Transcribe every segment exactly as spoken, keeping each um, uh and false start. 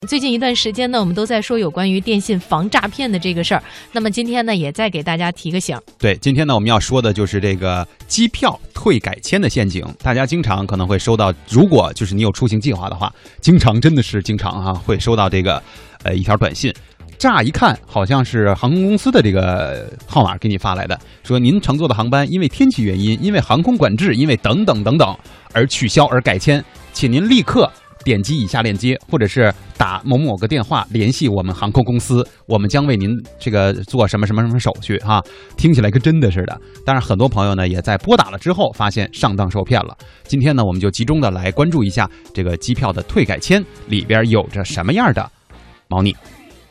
最近一段时间呢，我们都在说有关于电信防诈骗的这个事儿。那么今天呢，也再给大家提个醒。 对，今天呢，我们要说的就是这个机票退改签的陷阱。大家经常可能会收到，如果就是你有出行计划的话，经常真的是经常啊，会收到这个呃一条短信。乍一看好像是航空公司的这个号码给你发来的，说您乘坐的航班因为天气原因、因为航空管制、因为等等等等而取消而改签，请您立刻点击以下链接，或者是打某某个电话联系我们航空公司，我们将为您这个做什么什么什么手续哈。听起来跟真的似的。当然，很多朋友呢也在拨打了之后发现上当受骗了。今天呢，我们就集中的来关注一下这个机票的退改签里边有着什么样的猫腻。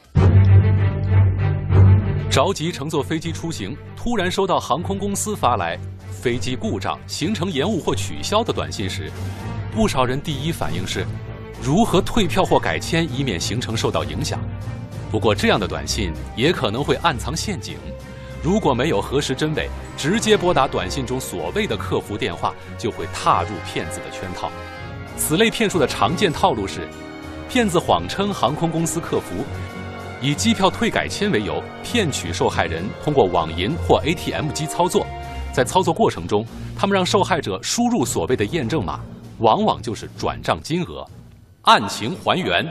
着急乘坐飞机出行，突然收到航空公司发来飞机故障、行程延误或取消的短信时，不少人第一反应是如何退票或改签，以免行程受到影响。不过这样的短信也可能会暗藏陷阱，如果没有核实真伪，直接拨打短信中所谓的客服电话，就会踏入骗子的圈套。此类骗术的常见套路是，骗子谎称航空公司客服，以机票退改签为由，骗取受害人通过网银或 A T M 机操作。在操作过程中，他们让受害者输入所谓的验证码，往往就是转账金额。案情还原：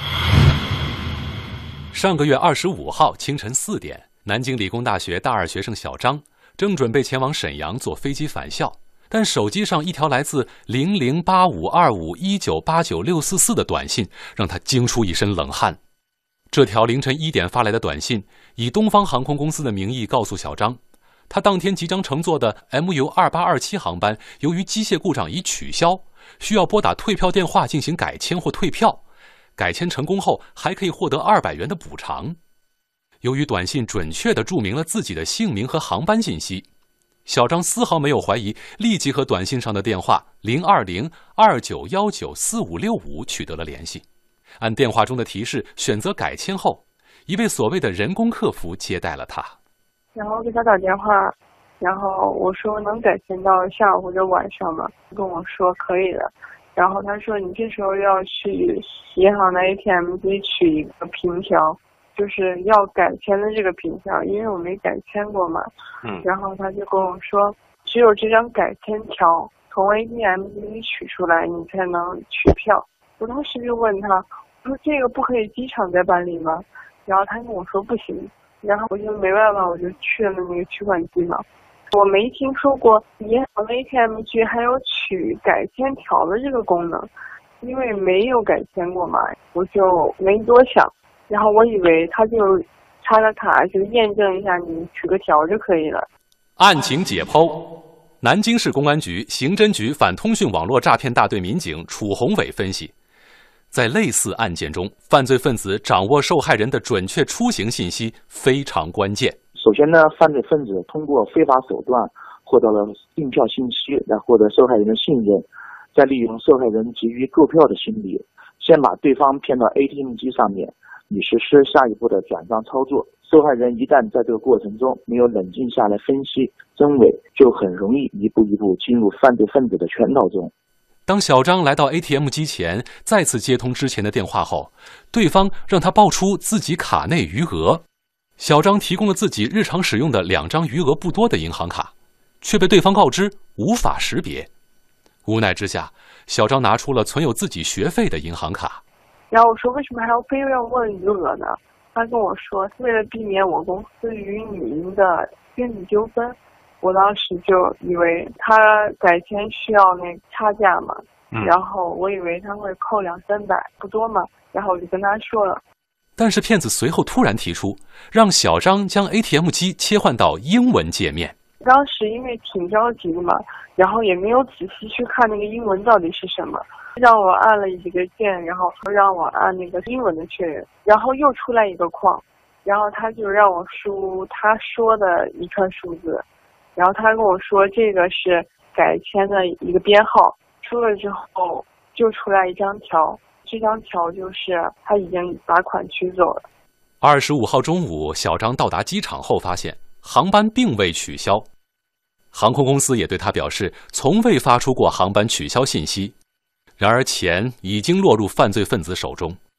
上个月二十五号清晨四点，南京理工大学大二学生小张正准备前往沈阳坐飞机返校，但手机上一条来自零零八五二五一九八九六四四的短信让他惊出一身冷汗。这条凌晨一点发来的短信，以东方航空公司的名义告诉小张，他当天即将乘坐的 M U 二八二七航班由于机械故障已取消，需要拨打退票电话进行改签或退票，改签成功后还可以获得二百元的补偿。由于短信准确地注明了自己的姓名和航班信息，小张丝毫没有怀疑，立即和短信上的电话零二零二九一九四五六五取得了联系。按电话中的提示选择改签后，一位所谓的人工客服接待了他。 然后给他打电话，然后我说能改签到下午或者晚上吗？跟我说可以的。然后他说你这时候要去银行的 A T M 机取一个凭条，就是要改签的这个凭条，因为我没改签过嘛。嗯。然后他就跟我说，只有这张改签条从 A T M 机里取出来，你才能取票。我当时就问他，我说这个不可以机场再办理吗？然后他跟我说不行。然后我就没办法，我就去了那个取款机嘛。我没听说过银行的 A T M 机还有取改签条的这个功能，因为没有改签过嘛，我就没多想。然后我以为他就插个卡就验证一下你取个条就可以了。 案情解剖：南京市公安局刑侦局反通讯网络诈骗大队民警楚宏伟分析，在类似案件中，犯罪分子掌握受害人的准确出行信息非常关键。 首先呢，犯罪分子通过非法手段获得了订票信息，来获得受害人的信任，再利用受害人急于购票的心理，先把对方骗到 A T M 机上面，以实施下一步的转账操作。受害人一旦在这个过程中没有冷静下来分析真伪，就很容易一步一步进入犯罪分子的圈套中。 当小张来到 A T M 机前，再次接通之前的电话后，对方让他报出自己卡内余额。小张提供了自己日常使用的两张余额不多的银行卡，却被对方告知无法识别。无奈之下，小张拿出了存有自己学费的银行卡。 然后我说为什么还要非要问余额呢？他跟我说为了避免我公司与你的经济纠纷。我当时就以为他改签需要那差价嘛，嗯、然后我以为他会扣两三百，不多嘛，然后我就跟他说了。 但是骗子随后突然提出，让小张将 A T M 机切换到英文界面。 当时因为挺着急的嘛，然后也没有仔细去看那个英文到底是什么，让我按了几个键，然后让我按那个英文的确认，然后又出来一个框，然后他就让我输他说的一串数字。然后他跟我说这个是改签的一个编号，输了之后就出来一张条，这张条就是他已经把款取走了。 二十五号中午，小张到达机场后发现航班并未取消，航空公司也对他表示从未发出过航班取消信息。然而钱已经落入犯罪分子手中。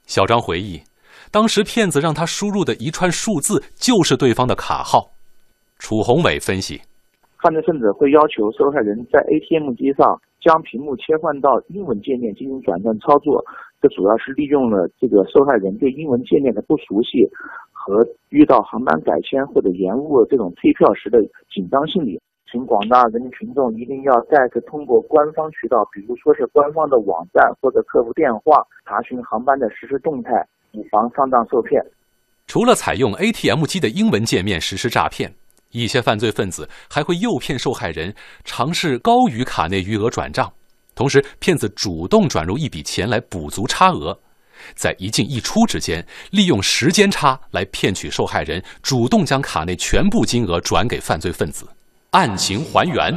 小张回忆，当时骗子让他输入的一串数字就是对方的卡号。楚宏伟分析， 犯罪分子会要求受害人在 A T M 机上将屏幕切换到英文界面进行转账操作，这主要是利用了这个受害人对英文界面的不熟悉和遇到航班改签或者延误这种退票时的紧张心理。请广大人民群众一定要再次通过官方渠道，比如说是官方的网站或者客服电话查询航班的实时动态，以防上当受骗。 除了采用 A T M 机的英文界面实施诈骗，一些犯罪分子还会诱骗受害人尝试高于卡内余额转账，同时骗子主动转入一笔钱来补足差额，在一进一出之间利用时间差来骗取受害人主动将卡内全部金额转给犯罪分子。案情还原，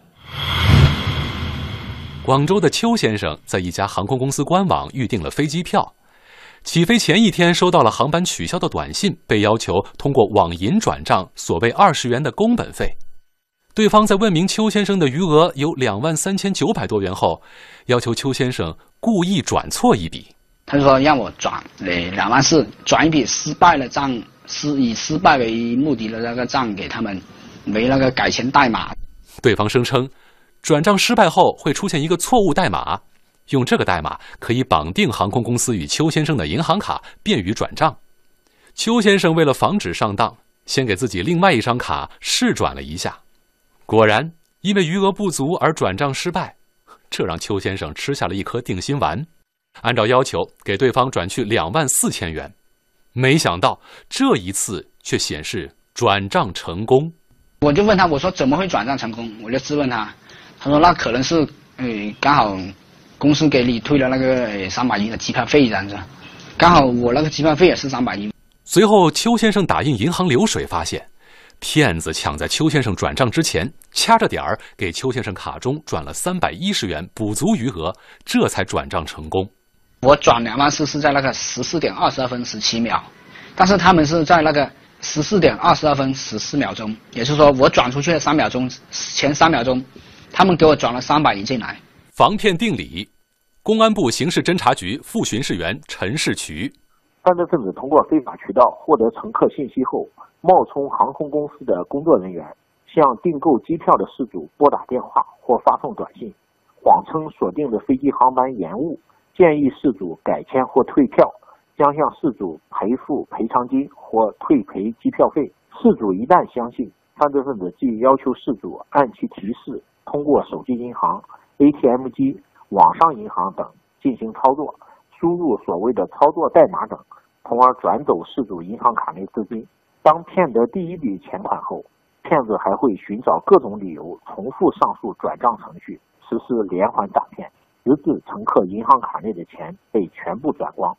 广州的邱先生在一家航空公司官网预订了飞机票，起飞前一天收到了航班取消的短信，被要求通过网银转账所谓二十元的工本费。对方在问明邱先生的余额有两万三千九百多元后，要求邱先生故意转错一笔。 他说让我转呃两万四，转一笔失败的账，是以失败为目的的那个账给他们，为那个改签代码。 对方声称，转账失败后会出现一个错误代码，用这个代码可以绑定航空公司与邱先生的银行卡，便于转账。邱先生为了防止上当，先给自己另外一张卡试转了一下，果然因为余额不足而转账失败，这让邱先生吃下了一颗定心丸。按照要求给对方转去两万四千元，没想到这一次却显示转账成功。 我就问他，我说怎么会转账成功？我就质问他，他说那可能是呃刚好公司给你退了那个三百一的机票费这样子，刚好我那个机票费也是三百一。 随后邱先生打印银行流水，发现骗子抢在邱先生转账之前，掐着点儿给邱先生卡中转了三百一十元，补足余额，这才转账成功。 我转两万四是在那个十四点二十二分十七秒，但是他们是在那个十四点二十二分十四秒钟，也就是说我转出去的三秒钟前三秒钟，他们给我转了三百一进来。 防骗定理，公安部刑事侦查局副巡视员陈世渠。 犯罪分子通过非法渠道获得乘客信息后，冒充航空公司的工作人员，向订购机票的事主拨打电话或发送短信，谎称锁定的飞机航班延误，建议事主改签或退票，将向事主赔付赔偿金或退赔机票费。事主一旦相信，犯罪分子即要求事主按其提示，通过手机银行、A T M 机、网上银行等进行操作，输入所谓的操作代码等，从而转走事主银行卡内资金。当骗得第一笔钱款后，骗子还会寻找各种理由重复上述转账程序，实施连环诈骗，直至乘客银行卡内的钱被全部转光。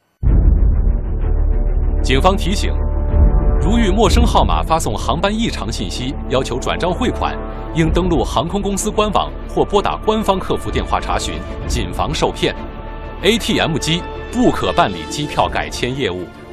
警方提醒，如遇陌生号码发送航班异常信息，要求转账汇款，应登录航空公司官网或拨打官方客服电话查询，谨防受骗。A T M 机不可办理机票改签业务。